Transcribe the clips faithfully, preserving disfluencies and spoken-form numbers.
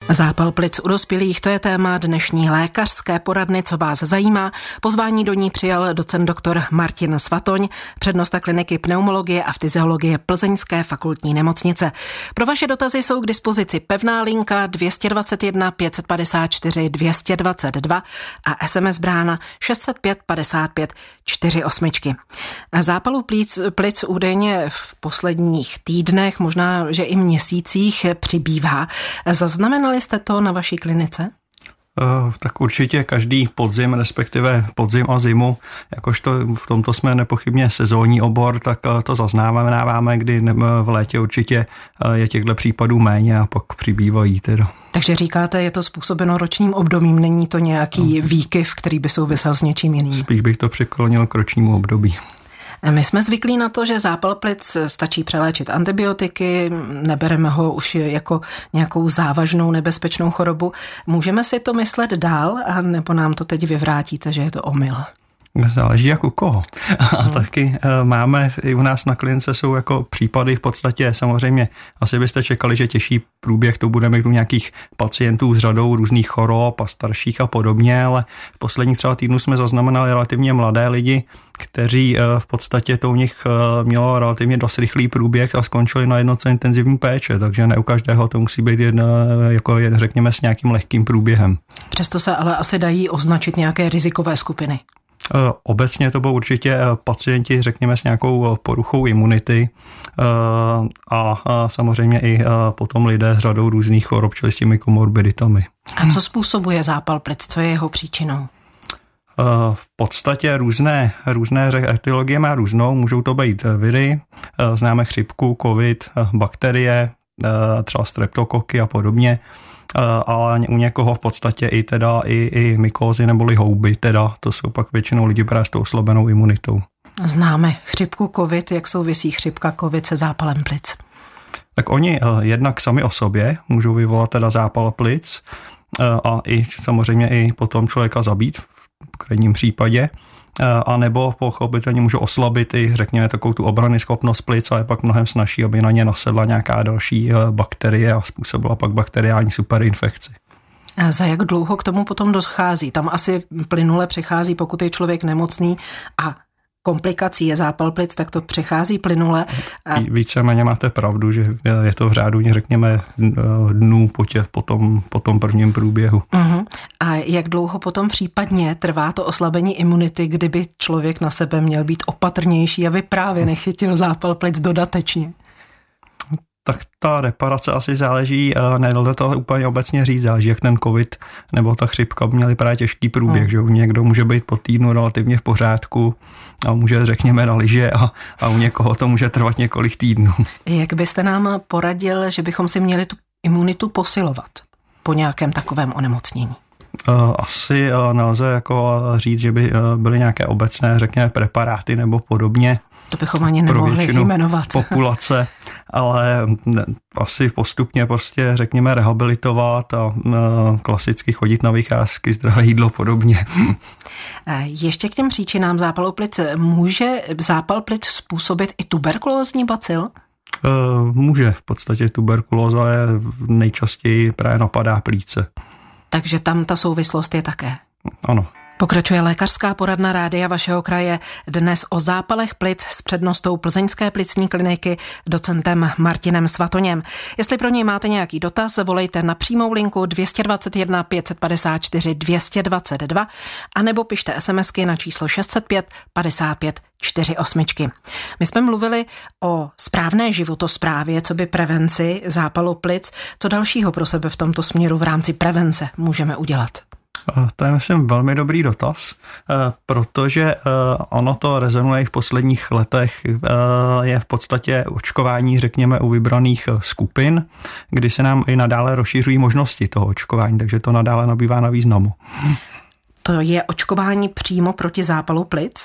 Zápal plic u dospělých, to je téma dnešní lékařské poradny, co vás zajímá. Pozvání do ní přijal docent doktor Martin Svatoň, přednosta kliniky pneumologie a fyziologie Plzeňské fakultní nemocnice. Pro vaše dotazy jsou k dispozici pevná linka dvě dvacet jedna pět set padesát čtyři dvě stě dvacet dva a es em es brána šest set pět padesát pět čtyři osmičky. Zápalu plic, plic údajně v posledních týdnech, možná, že i měsících přibývá. Zaznamenali jste to na vaší klinice? Uh, tak určitě každý podzim, respektive podzim a zimu, jakožto v tomto jsme nepochybně sezónní obor, tak uh, to zaznamenáváme, kdy v létě určitě uh, je těchto případů méně a pak přibývají teda. Takže říkáte, je to způsobeno ročním obdobím, není to nějaký výkyv, který by souvisel s něčím jiným? Spíš bych to přiklonil k ročnímu období. My jsme zvyklí na to, že zápal plic stačí přeléčit antibiotiky, nebereme ho už jako nějakou závažnou nebezpečnou chorobu. Můžeme si to myslet dál, a nebo nám to teď vyvrátíte, že je to omyl? Záleží jak u koho. A hmm. taky máme, i u nás na klinice jsou jako případy v podstatě samozřejmě, asi byste čekali, že těžší průběh to bude mít u nějakých pacientů s řadou různých chorob a starších a podobně, ale v posledních třeba týdnů jsme zaznamenali relativně mladé lidi, kteří v podstatě to u nich mělo relativně dost rychlý průběh a skončili na jednotce intenzivní péče, takže ne u každého to musí být jedna, jako řekněme s nějakým lehkým průběhem. Přesto se ale asi dají označit nějaké rizikové skupiny. Obecně to budou určitě pacienti, řekněme, s nějakou poruchou imunity a samozřejmě i potom lidé s řadou různých chorob, čili s těmi komorbiditami. A co způsobuje zápal plic? Co je jeho příčinou? V podstatě různé, různé etiologie má různou, můžou to být viry, známe chřipku, covid, bakterie, třeba streptokoky a podobně. Ale u někoho v podstatě i teda i, i mykózy neboli houby, teda to jsou pak většinou lidi právě s tou oslabenou imunitou. Známe chřipku, covid, jak souvisí chřipka, covid se zápalem plic? Tak oni jednak sami o sobě můžou vyvolat teda zápal plic a i samozřejmě i potom člověka zabít v krajním případě. A nebo pochopitelně můžou oslabit i, řekněme, takovou tu obrany schopnost plic a je pak mnohem snazší, aby na ně nasedla nějaká další bakterie a způsobila pak bakteriální superinfekci. A za jak dlouho k tomu potom dochází? Tam asi plynule přichází, pokud je člověk nemocný a komplikací je zápal plic, tak to přechází plynule. Víceméně máte pravdu, že je to v řádu, řekněme, dnů po, tě, po, tom, po tom prvním průběhu. Uh-huh. A jak dlouho potom případně trvá to oslabení imunity, kdyby člověk na sebe měl být opatrnější, aby právě nechytil zápal plic dodatečně? Tak ta reparace asi záleží, nelze to úplně obecně říct, záleží, jak ten covid nebo ta chřipka měli právě těžký průběh, hmm. že někdo může být po týdnu relativně v pořádku a může, řekněme, na lyže a, a u někoho to může trvat několik týdnů. Jak byste nám poradil, že bychom si měli tu imunitu posilovat po nějakém takovém onemocnění? Asi nelze jako říct, že by byly nějaké obecné, řekněme, preparáty nebo podobně. To bychom ani nemohli jmenovat. Populace, ale asi postupně prostě, řekněme, rehabilitovat a klasicky chodit na vycházky, zdravé jídlo podobně. Ještě k těm příčinám zápalu plic. Může zápal plic způsobit i tuberkulózní bacil? Může, v podstatě tuberkulóza je nejčastěji právě napadá plíce. Takže tam ta souvislost je také? Ano. Pokračuje lékařská poradna rádia vašeho kraje dnes o zápalech plic s přednostou Plzeňské plicní kliniky docentem Martinem Svatoněm. Jestli pro něj máte nějaký dotaz, volejte na přímou linku dvě dvacet jedna pět set padesát čtyři dvě stě dvacet dva anebo pište SMSky na číslo šest set pět padesát pět čtyři osmičky. My jsme mluvili o správné životosprávě, co by prevenci zápalu plic. Co dalšího pro sebe v tomto směru v rámci prevence můžeme udělat? To je, myslím, velmi dobrý dotaz, protože ono to rezonuje v posledních letech, je v podstatě očkování, řekněme, u vybraných skupin, kdy se nám i nadále rozšiřují možnosti toho očkování, takže to nadále nabývá na významu. To je očkování přímo proti zápalu plic?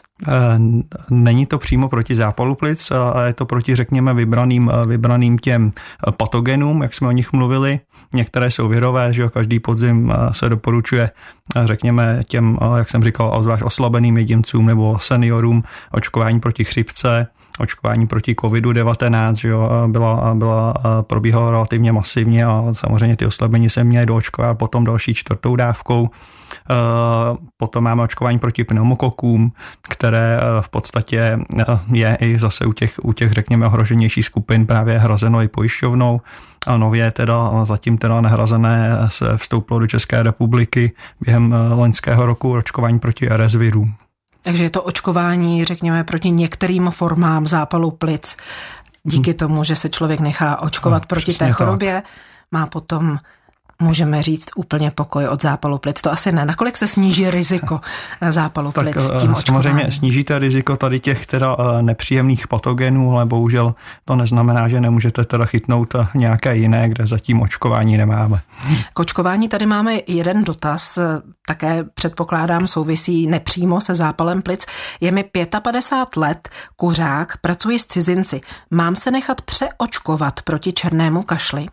Není to přímo proti zápalu plic, ale je to proti, řekněme, vybraným, vybraným těm patogenům, jak jsme o nich mluvili. Některé jsou virové, že každý podzim se doporučuje, řekněme, těm, jak jsem říkal, zvlášť oslabeným jedincům nebo seniorům očkování proti chřipce očkování proti kovidu devatenáct, že jo, byla, byla, probíhala relativně masivně a samozřejmě ty oslabení se měly doočkovat potom další čtvrtou dávkou. Potom máme očkování proti pneumokokům, které v podstatě je i zase u těch, u těch řekněme, ohroženějších skupin právě hrazeno i pojišťovnou. A nově teda, zatím teda nehrazené se vstoupilo do České republiky během loňského roku očkování proti R S viru. Takže je to očkování, řekněme, proti některým formám zápalu plic. Díky hmm. tomu, že se člověk nechá očkovat no, proti té chorobě, tak. Má potom, můžeme říct, úplně pokoj od zápalu plic. To asi ne. Nakolik se sníží riziko zápalu tak, plic tím očkováním? Samozřejmě snížíte riziko tady těch teda nepříjemných patogenů, ale bohužel to neznamená, že nemůžete teda chytnout nějaké jiné, kde zatím očkování nemáme. K očkování tady máme jeden dotaz, také předpokládám souvisí nepřímo se zápalem plic. Je mi padesát pět let, kuřák, pracuji s cizinci. Mám se nechat přeočkovat proti černému kašli?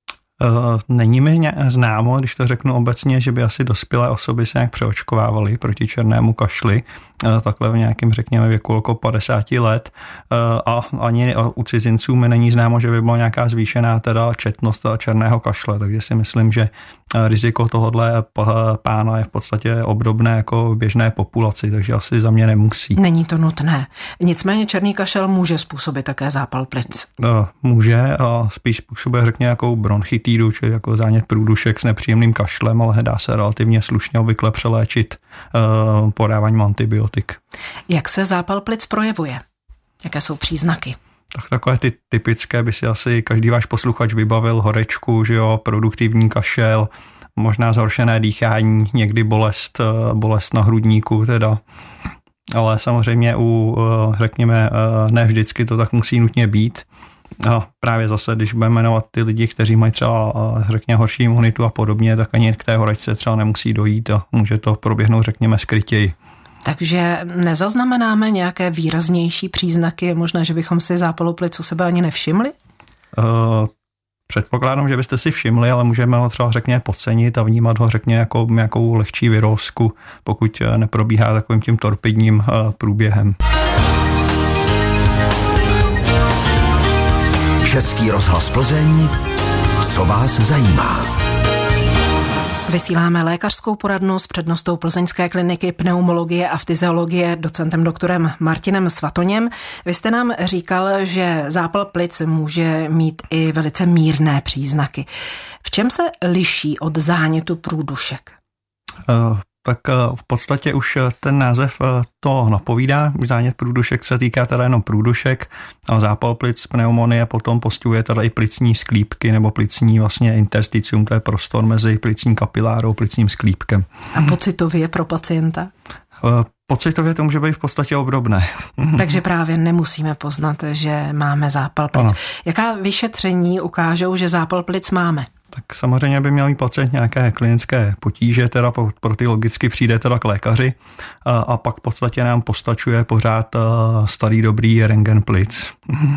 Není mi známo, když to řeknu obecně, že by asi dospělé osoby se nějak přeočkovávaly proti černému kašli, takhle v nějakém, řekněme, věku okolo padesát let, a ani u cizinců mi není známo, že by byla nějaká zvýšená teda četnost černého kašle, takže si myslím, že riziko tohohle pána je v podstatě obdobné jako v běžné populaci, takže asi za mě nemusí. Není to nutné. Nicméně černý kašel může způsobit také zápal plic. Může a spíš způsobuje, řekněme, jako bronchitídu, čili jako zánět průdušek s nepříjemným kašlem, ale dá se relativně slušně obvykle přeléčit uh, podáváním antibiotik. Jak se zápal plic projevuje? Jaké jsou příznaky? Tak takové ty typické by si asi každý váš posluchač vybavil: horečku, že jo, produktivní kašel, možná zhoršené dýchání, někdy bolest, bolest na hrudníku teda. Ale samozřejmě u, řekněme, ne vždycky to tak musí nutně být. A právě zase, když budeme jmenovat ty lidi, kteří mají třeba, řekněme, horší imunitu a podobně, tak ani k té horečce třeba nemusí dojít a může to proběhnout, řekněme, skrytěji. Takže nezaznamenáme nějaké výraznější příznaky, je možné, že bychom si zápalu plic u sebe ani nevšimli? Uh, předpokládám, že byste si všimli, ale můžeme ho třeba, řekněme, podcenit a vnímat ho, řekněme, jako nějakou lehčí virózku, pokud neprobíhá takovým tím torpidním uh, průběhem. Český rozhlas Plzeň, co vás zajímá? Vysíláme lékařskou poradnu s přednostou plzeňské kliniky pneumologie a fyziologie docentem doktorem Martinem Svatoněm. Vy jste nám říkal, že zápal plic může mít i velice mírné příznaky. V čem se liší od zánětu průdušek? Uh. tak v podstatě už ten název to napovídá. Zánět průdušek se týká teda jenom průdušek a zápal plic, pneumonie potom postihuje teda i plicní sklípky nebo plicní vlastně intersticium, to je prostor mezi plicní kapilárou a plicním sklípkem. A pocitově pro pacienta? Pocitově to může být v podstatě obdobné. Takže právě nemusíme poznat, že máme zápal plic. Ano. Jaká vyšetření ukážou, že zápal plic máme? Tak samozřejmě by měl mít pacient nějaké klinické potíže, teda pro ty logicky přijde teda k lékaři a, a pak v podstatě nám postačuje pořád starý dobrý rentgen plic.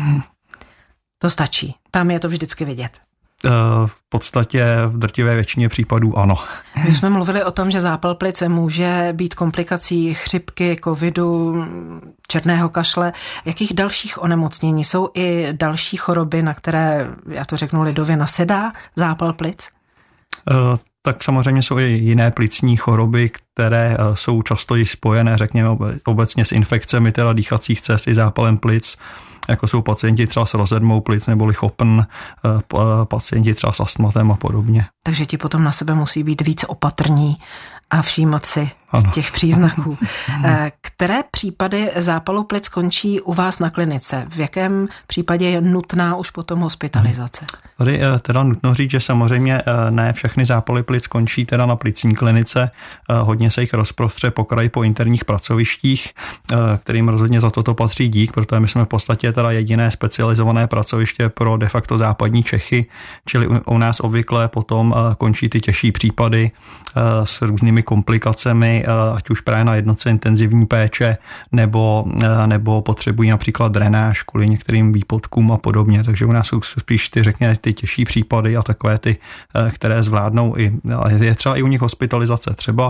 To stačí. Tam je to vždycky vidět. V podstatě v drtivé většině případů ano. My jsme mluvili o tom, že zápal plice může být komplikací chřipky, covidu, černého kašle. Jakých dalších onemocnění? Jsou i další choroby, na které, já to řeknu lidově, nasedá zápal plic? Uh, tak samozřejmě jsou i jiné plicní choroby, které jsou často i spojené, řekněme, obecně s infekcemi teda dýchacích cest i zápalem plic, jako jsou pacienti třeba s rozedmou plic neboli chopn, pacienti třeba s astmatem a podobně. Takže ti potom na sebe musí být víc opatrní a všímat si z těch příznaků. Které případy zápalu plic končí u vás na klinice? V jakém případě je nutná už potom hospitalizace? Tady teda nutno říct, že samozřejmě ne všechny zápaly plic končí teda na plicní klinice. Hodně se jich rozprostře po kraji po interních pracovištích, kterým rozhodně za toto patří dík, protože my jsme v podstatě teda jediné specializované pracoviště pro de facto západní Čechy, čili u nás obvykle potom končí ty těžší případy s různými komplikacemi, ať už právě na jednotce intenzivní péče, nebo, nebo potřebují například drenáž kvůli některým výpadkům a podobně. Takže u nás jsou spíš ty, řekněme, ty těžší případy a takové ty, které zvládnou i, je třeba i u nich hospitalizace třeba,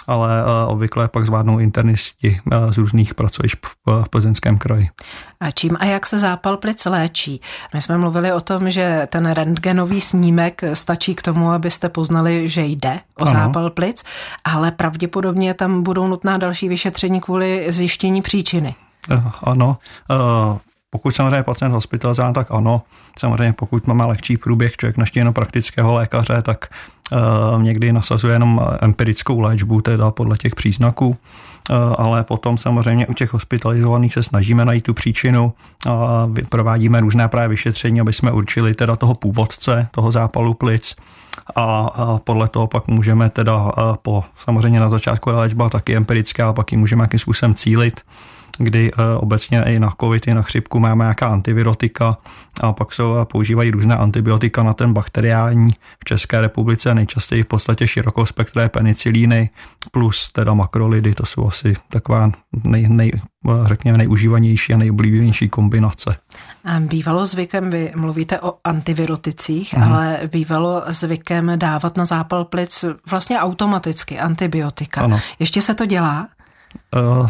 ale obvykle pak zvládnou internisti z různých pracovišť v Plzeňském kraji. A čím a jak se zápal plic léčí? My jsme mluvili o tom, že ten rentgenový snímek stačí k tomu, abyste poznali, že jde o ano. zápal plic, ale pravděpodobně tam budou nutná další vyšetření kvůli zjištění příčiny. Ano, pokud samozřejmě pacient hospitalizován, tak ano. Samozřejmě pokud máme lehčí průběh, člověk naštěví jenom praktického lékaře, tak uh, někdy nasazuje jenom empirickou léčbu, teda podle těch příznaků, uh, ale potom samozřejmě u těch hospitalizovaných se snažíme najít tu příčinu a provádíme různé právě vyšetření, aby jsme určili teda toho původce, toho zápalu plic. A, a podle toho pak můžeme teda po samozřejmě na začátku léčba taky empirická, a pak ji můžeme nějakým způsobem cílit, kdy obecně i na covid, i na chřipku máme nějaká antivirotika a pak se používají různé antibiotika na ten bakteriální v České republice, nejčastěji v podstatě širokospektré penicilíny plus teda makrolidy, to jsou asi taková nej, nej, řekněme nejužívanější a nejoblíbenější kombinace. Bývalo zvykem, vy mluvíte o antiviroticích, hmm. ale bývalo zvykem dávat na zápal plic vlastně automaticky antibiotika. Ano. Ještě se to dělá? Uh,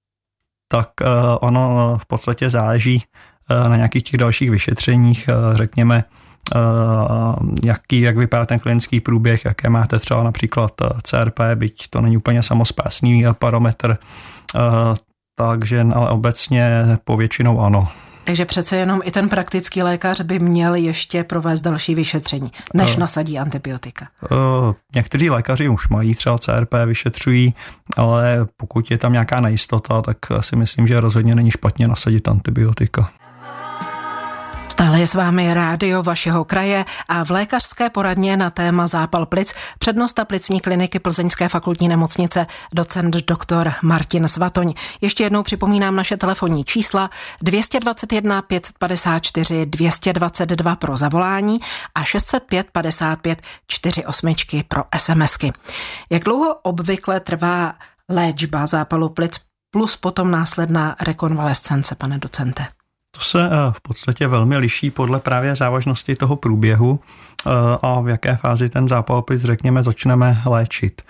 tak uh, ono v podstatě záleží uh, na nějakých těch dalších vyšetřeních, uh, řekněme, uh, jaký, jak vypadá ten klinický průběh, jaké máte třeba například C R P, byť to není úplně samospásný parametr, uh, takže ale obecně povětšinou ano. Takže přece jenom i ten praktický lékař by měl ještě provést další vyšetření, než uh, nasadí antibiotika. Uh, někteří lékaři už mají třeba C R P, vyšetřují, ale pokud je tam nějaká nejistota, tak si myslím, že rozhodně není špatně nasadit antibiotika. Stále je s vámi rádio vašeho kraje a v lékařské poradně na téma zápal plic přednosta plicní kliniky Plzeňské fakultní nemocnice docent doktor Martin Svatoň. Ještě jednou připomínám naše telefonní čísla dvě dvacet jedna pět padesát čtyři dvě dvacet dva pro zavolání a šest set pět padesát pět čtyřicet osm pro SMSky. Jak dlouho obvykle trvá léčba zápalu plic plus potom následná rekonvalescence, pane docente? To se v podstatě velmi liší podle právě závažnosti toho průběhu a v jaké fázi ten zápal plic, řekněme, začneme léčit.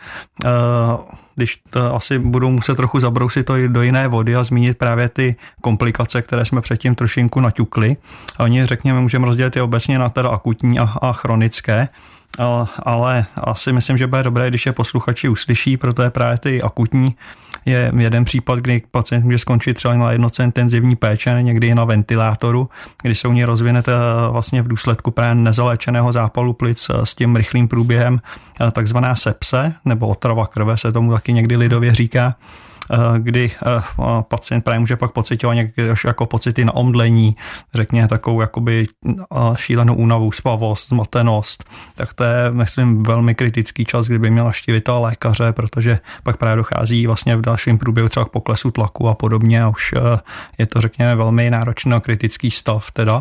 Když to asi budou muset trochu zabrousit to do jiné vody a zmínit právě ty komplikace, které jsme předtím trošinku naťukli. A oni, řekněme, můžeme rozdělit je obecně na teda akutní a, a chronické. Ale asi myslím, že bude dobré, když je posluchači uslyší, protože právě ty akutní je jeden případ, kdy pacient může skončit třeba na jednotce intenzivní péče, někdy i na ventilátoru, kdy se u něj rozvine vlastně v důsledku právě nezaléčeného zápalu plic s tím rychlým průběhem takzvaná sepse, nebo otrava krve se tomu taky někdy lidově říká, kdy pacient právě může pak pocitovat někdy jako pocity na omdlení, řekněme takovou jakoby šílenou únavu, spavost, zmatenost, tak to je, myslím, velmi kritický čas, kdyby měl navštívit toho lékaře, protože pak právě dochází vlastně v dalším průběhu třeba k poklesu tlaku a podobně a už je to, řekněme, velmi náročný a kritický stav teda.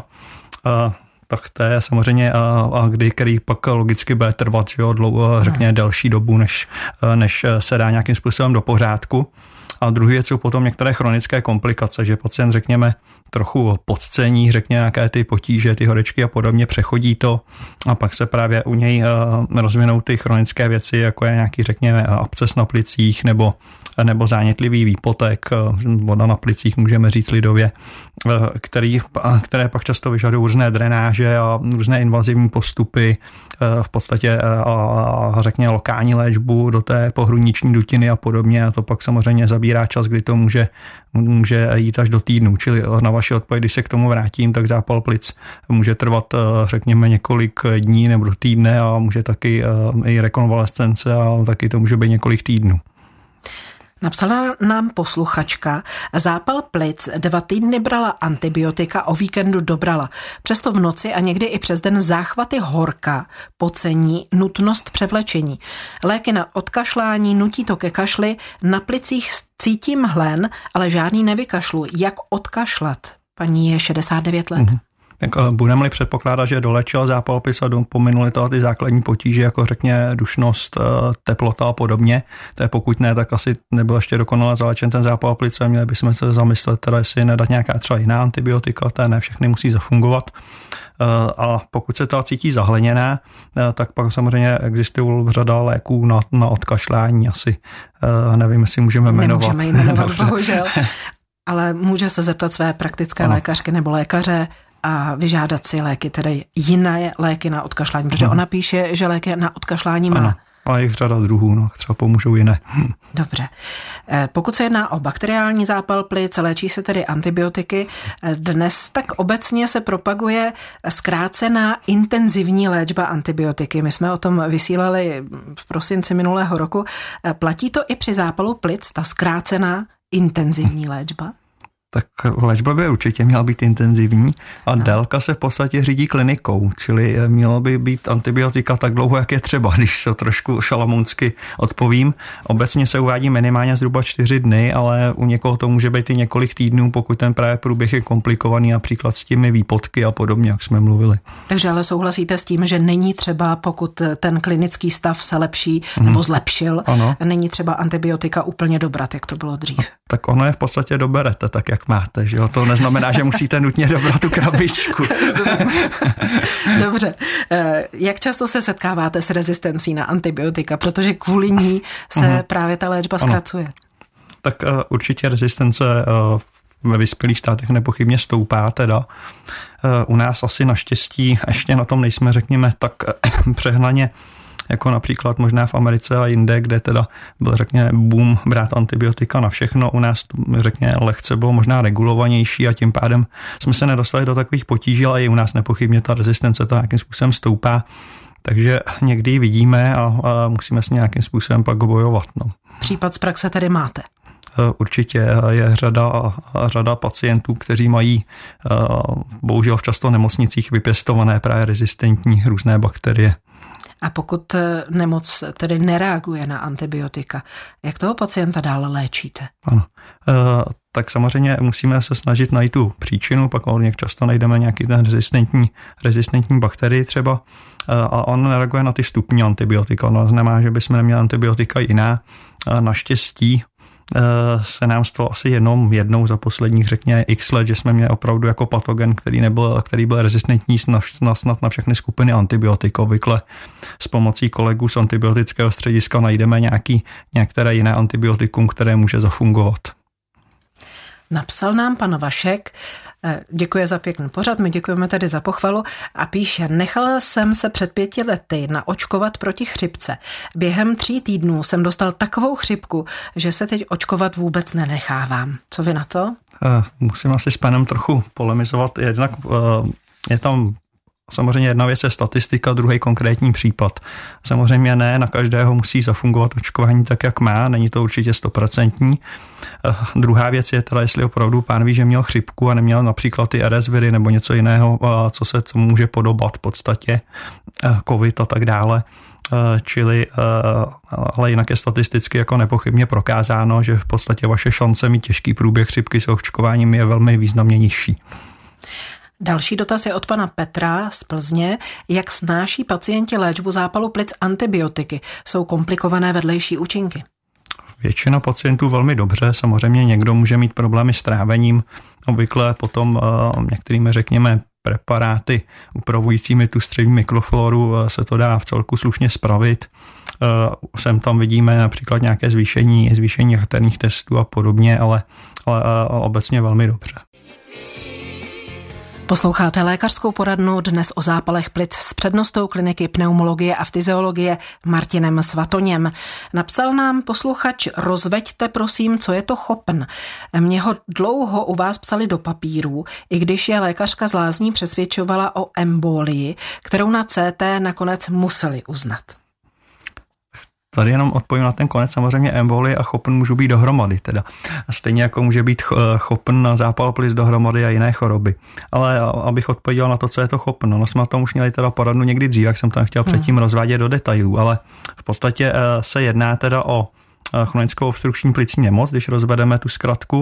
Tak to je samozřejmě, a kdy, který pak logicky bude trvat, že jo, dlouho, řekněme, delší dobu, než, než se dá nějakým způsobem do pořádku. A druhý věc jsou potom některé chronické komplikace, že pacient, řekněme, trochu podcení, řekněme, nějaké ty potíže, ty horečky a podobně, přechodí to a pak se právě u něj uh, rozvinou ty chronické věci, jako je nějaký, řekněme, absces na plicích nebo, nebo zánětlivý výpotek, voda na plicích, můžeme říct lidově, uh, který, které pak často vyžadují různé drenáže a různé invazivní postupy, uh, v podstatě uh, a řekněme lokální léčbu do té pohrudniční dutiny a podobně a to pak samozřejmě zabírá čas, kdy to může, může jít až do týdnu, čili na vaši odpověď, když se k tomu vrátím, tak zápal plic může trvat, řekněme, několik dní nebo týdne a může taky i rekonvalescence a taky to může být několik týdnů. Napsala nám posluchačka, zápal plic dva týdny brala antibiotika, o víkendu dobrala. Přesto v noci a někdy i přes den záchvaty horka, pocení, nutnost převlečení. Léky na odkašlání nutí to ke kašli, na plicích cítím hlen, ale žádný nevykašlu. Jak odkašlat? Paní je šedesát devět let. Mm-hmm. Tak budeme-li předpokládat, že dolečil zápal plic a pominuli to ty základní potíže, jako řekně dušnost, teplota a podobně, to je pokud ne, tak asi nebyl ještě dokonale zalečen ten zápal plic a měli bychom se zamyslet, teda jestli nedat nějaká třeba jiná antibiotika, to ne všechny musí zafungovat. A pokud se ta cítí zahleněná, tak pak samozřejmě existuje řada léků na, na odkašlání, asi nevím, jestli můžeme jmenovat. Nemůžeme jmenovat, bohužel. Ale může se zeptat své praktické ano. lékařky nebo lékaře a vyžádat si léky, tedy jiné léky na odkašlání, protože ano. ona píše, že léky na odkašlání má. Ano. A jich řada druhů, no, třeba pomůžou jiné. Dobře. Pokud se jedná o bakteriální zápal plic, léčí se tedy antibiotiky. Dnes tak obecně se propaguje zkrácená intenzivní léčba antibiotiky. My jsme o tom vysílali v prosinci minulého roku. Platí to i při zápalu plic, ta zkrácená intenzivní léčba? Tak léčba by určitě měla být intenzivní a no. délka se v podstatě řídí klinikou, čili mělo by být antibiotika tak dlouho, jak je třeba, když se trošku šalamounsky odpovím. Obecně se uvádí minimálně zhruba čtyři dny, ale u někoho to může být i několik týdnů, pokud ten právě průběh je komplikovaný, například s těmi výpotky a podobně, jak jsme mluvili. Takže ale souhlasíte s tím, že není třeba, pokud ten klinický stav se lepší hmm. nebo zlepšil, ano. není třeba antibiotika úplně dobrat, jak to bylo dřív? Tak ono je v podstatě doberete, tak jak máte, že jo? To neznamená, že musíte nutně dobrat tu krabičku. Dobře. Jak často se setkáváte s rezistencí na antibiotika, protože kvůli ní se uh-huh. právě ta léčba zkracuje? Ano. Tak uh, určitě rezistence uh, ve vyspělých státech nepochybně stoupá teda. Uh, u nás asi naštěstí ještě na tom nejsme, řekněme, tak uh, přehnaně jako například možná v Americe a jinde, kde teda byl, řekněme, boom brát antibiotika na všechno. U nás, řekněme, lehce bylo možná regulovanější a tím pádem jsme se nedostali do takových potíží, ale i u nás nepochybně ta rezistence to nějakým způsobem stoupá. Takže někdy ji vidíme a, a musíme s nějakým způsobem pak bojovat. No. Případ z praxe tedy máte? Určitě je řada, řada pacientů, kteří mají bohužel v často nemocnicích vypěstované právě rezistentní různé bakterie. A pokud nemoc tedy nereaguje na antibiotika, jak toho pacienta dále léčíte? Ano, e, tak samozřejmě musíme se snažit najít tu příčinu, pak hodně často najdeme nějaký ten rezistentní, rezistentní bakterii třeba e, a on nereaguje na ty vstupní antibiotika. No, znamená, že bychom neměli antibiotika jiná. E, naštěstí se nám stalo asi jenom jednou za posledních, řekněme, x let, že jsme měli opravdu jako patogen, který nebyl, který byl rezistentní na, snad na všechny skupiny antibiotik. Obvykle s pomocí kolegů z antibiotického střediska najdeme nějaký, některé jiné antibiotikum, které může zafungovat. Napsal nám pan Vašek, děkuje za pěkný pořad, my děkujeme tady za pochvalu a píše, nechal jsem se před pěti lety naočkovat proti chřipce. Během tří týdnů jsem dostal takovou chřipku, že se teď očkovat vůbec nenechávám. Co vy na to? Musím asi s panem trochu polemizovat. Jednak je tam samozřejmě jedna věc je statistika, druhý konkrétní případ. Samozřejmě ne, na každého musí zafungovat očkování tak, jak má, není to určitě stoprocentní. Uh, druhá věc je teda, jestli opravdu pán ví, že měl chřipku a neměl například ty R S viry nebo něco jiného, uh, co se co může podobat v podstatě, uh, covid a tak dále. Uh, čili, uh, ale jinak je statisticky jako nepochybně prokázáno, že v podstatě vaše šance mít těžký průběh chřipky s očkováním je velmi významně nižší. Další dotaz je od pana Petra z Plzně. Jak snáší pacienti léčbu zápalu plic antibiotiky? Jsou komplikované vedlejší účinky? Většina pacientů velmi dobře. Samozřejmě někdo může mít problémy s trávením. Obvykle potom uh, některými, řekněme, preparáty upravujícími tu střední mikrofloru uh, se to dá v celku slušně spravit. Uh, sem tam vidíme například nějaké zvýšení, zvýšení charakterních testů a podobně, ale, ale uh, obecně velmi dobře. Posloucháte lékařskou poradnu dnes o zápalech plic s přednostou kliniky pneumologie a fyziologie Martinem Svatoněm. Napsal nám posluchač, rozveďte prosím, co je to chopn. Mě ho dlouho u vás psali do papírů, i když je lékařka z Lázní přesvědčovala o embolii, kterou na C T nakonec museli uznat. Tady jenom odpovím na ten konec. Samozřejmě embolie a chopn můžou být dohromady. Teda. Stejně jako může být chopn na zápal plic dohromady a jiné choroby. Ale abych odpověděl na to, co je to chopn. No jsme tam už měli teda poradnu někdy dřív, jak jsem tam chtěl předtím hmm. rozvádět do detailů. Ale v podstatě se jedná teda o chronickou obstrukční plicní nemoc, když rozvedeme tu zkratku.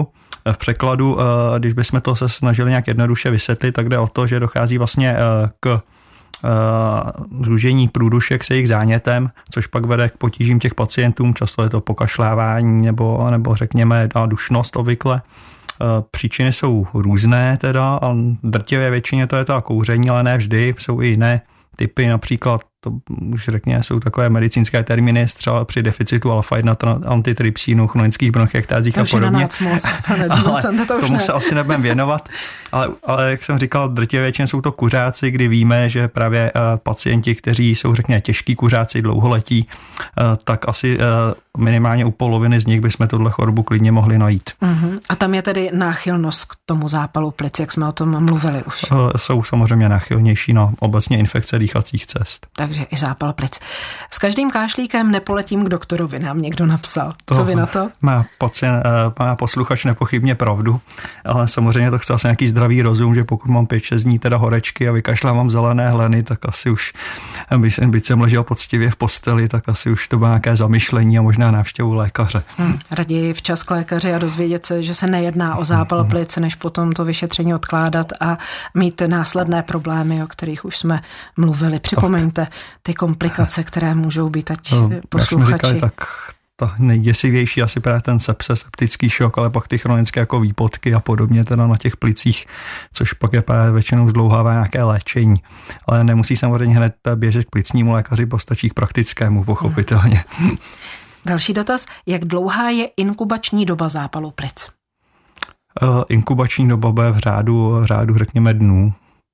V překladu, když bychom to se snažili nějak jednoduše vysvětlit, tak jde o to, že dochází vlastně k zúžení průdušek se jejich zánětem, což pak vede k potížím těch pacientům, často je to pokašlávání nebo, nebo řekněme dušnost obvykle. Příčiny jsou různé teda, a drtivě většině to je to kouření, ale ne vždy, jsou i jiné typy, například to už řekněme, jsou takové medicínské termíny, třeba při deficitu alfa jedna antitrypsínu, chronických bronchiektáziích a podobně. Moc, pane, ale to tomu ne. se asi nebudeme věnovat, ale, ale jak jsem říkal, drtivě většině jsou to kuřáci, kdy víme, že právě pacienti, kteří jsou řekněme těžký kuřáci, dlouholetí, tak asi minimálně u poloviny z nich bychom tuhle chorobu klidně mohli najít. Uh-huh. A tam je tedy náchylnost k tomu zápalu plic, jak jsme o tom mluvili už. Jsou samozřejmě náchylnější na obecně infekce dýchacích cest. Takže i zápal plic. S každým kášlíkem nepoletím k doktorovi, nám někdo napsal. Co to vy na to? Má, pacient, má posluchač nepochybně pravdu, ale samozřejmě to chce asi nějaký zdravý rozum, že pokud mám pět šest dní teda horečky a vykašlávám zelené hleny, tak asi už, byť jsem ležel poctivě v posteli, tak asi už to má nějaké zamyšlení a možná návštěvu lékaře. Hmm, raději včas k lékaři a dozvědět se, že se nejedná o zápal hmm. plic, než potom to vyšetření odkládat a mít následné problémy, o kterých už jsme mluvili. Připomeňte ty komplikace, které můžou být, ať no, posluchači. Jak jsme říkali, tak ta nejděsivější asi právě ten sepse, septický šok, ale pak ty chronické jako výpotky a podobně teda na těch plicích, což pak je právě většinou zdlouhavé nějaké léčení. Ale nemusí samozřejmě hned běžet k plicnímu lékaři, postačí k praktickému, pochopitelně. Další dotaz, jak dlouhá je inkubační doba zápalu plic? Uh, inkubační doba bude v řádu, v řádu řekněme dnů.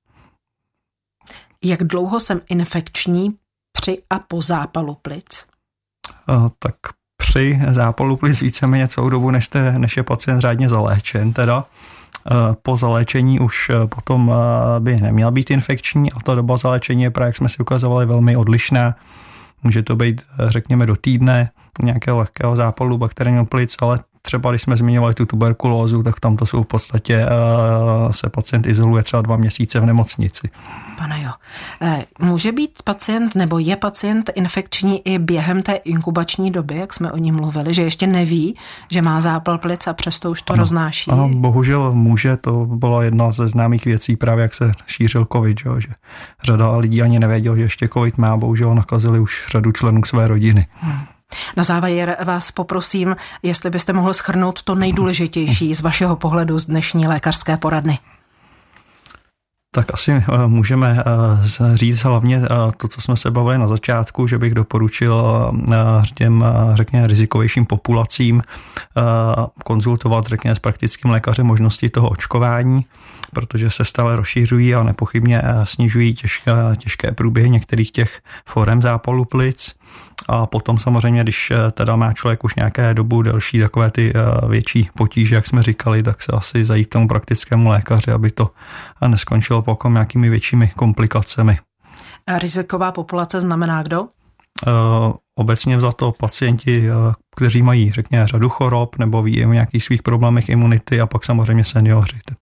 Jak dlouho jsem infekční při a po zápalu plic? Uh, tak při zápalu plic víceméně celou dobu, než, te, než je pacient řádně zaléčen. Teda. Uh, po zaléčení už uh, potom uh, by neměla být infekční a ta doba zaléčení je právě, jak jsme si ukazovali, velmi odlišná. Může to být, řekněme, do týdne nějakého lehkého zápalu bakteriálního plic, ale třeba když jsme zmiňovali tu tuberkulózu, tak tam to jsou v podstatě, uh, se pacient izoluje třeba dva měsíce v nemocnici. Pane jo, může být pacient nebo je pacient infekční i během té inkubační doby, jak jsme o ní mluvili, že ještě neví, že má zápal plic a přesto už to ano, roznáší? Ano, bohužel může, to byla jedna ze známých věcí právě, jak se šířil covid, že, že řada lidí ani nevěděl, že ještě covid má, bohužel nakazili už řadu členů své rodiny. Hmm. Na závěr vás poprosím, jestli byste mohl shrnout to nejdůležitější z vašeho pohledu z dnešní lékařské poradny. Tak asi můžeme říct hlavně to, co jsme se bavili na začátku, že bych doporučil těm, řekněme, rizikovějším populacím konzultovat, řekněme, s praktickým lékařem možnosti toho očkování, protože se stále rozšiřují a nepochybně snižují těžké, těžké průběhy některých těch forem zápalu plic. A potom samozřejmě, když teda má člověk už nějaké dobu delší takové ty větší potíže, jak jsme říkali, tak se asi zajít k tomu praktickému lékaři, aby to neskončilo potom nějakými většími komplikacemi. A riziková populace znamená kdo? Obecně vzato pacienti, kteří mají, řekněme, řadu chorob nebo ví o nějakých svých problémech imunity a pak samozřejmě seniori.